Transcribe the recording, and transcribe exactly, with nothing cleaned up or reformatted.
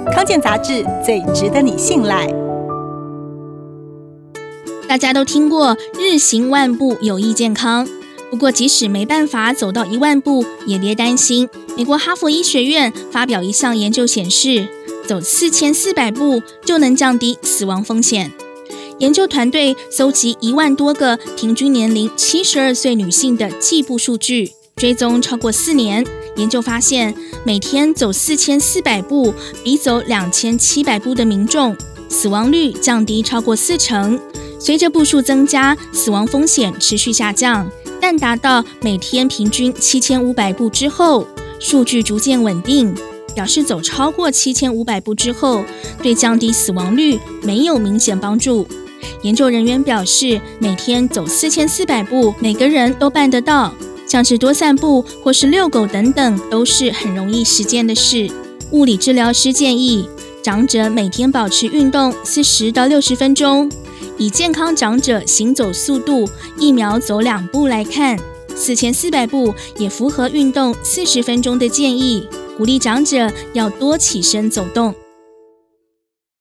康健杂志最值得你信赖。 大家都听过日行万步有益健康，不过即使没办法走到一万步，也别担心。美国哈佛医学院发表一项研究显示，走四千四百步就能降低死亡风险。研究团队搜集一万多个平均年龄七十二岁女性的计步数据，追踪超过四年。研究发现，每天走四千四百步比走两千七百步的民众死亡率降低超过四成。随着步数增加，死亡风险持续下降，但达到每天平均七千五百步之后，数据逐渐稳定，表示走超过七千五百步之后，对降低死亡率没有明显帮助。研究人员表示，每天走四千四百步，每个人都办得到，像是多散步或是遛狗等等，都是很容易实践的事。物理治疗师建议，长者每天保持运动四十到六十分钟。以健康长者行走速度一秒走两步来看，四千四百步也符合运动四十分钟的建议，鼓励长者要多起身走动。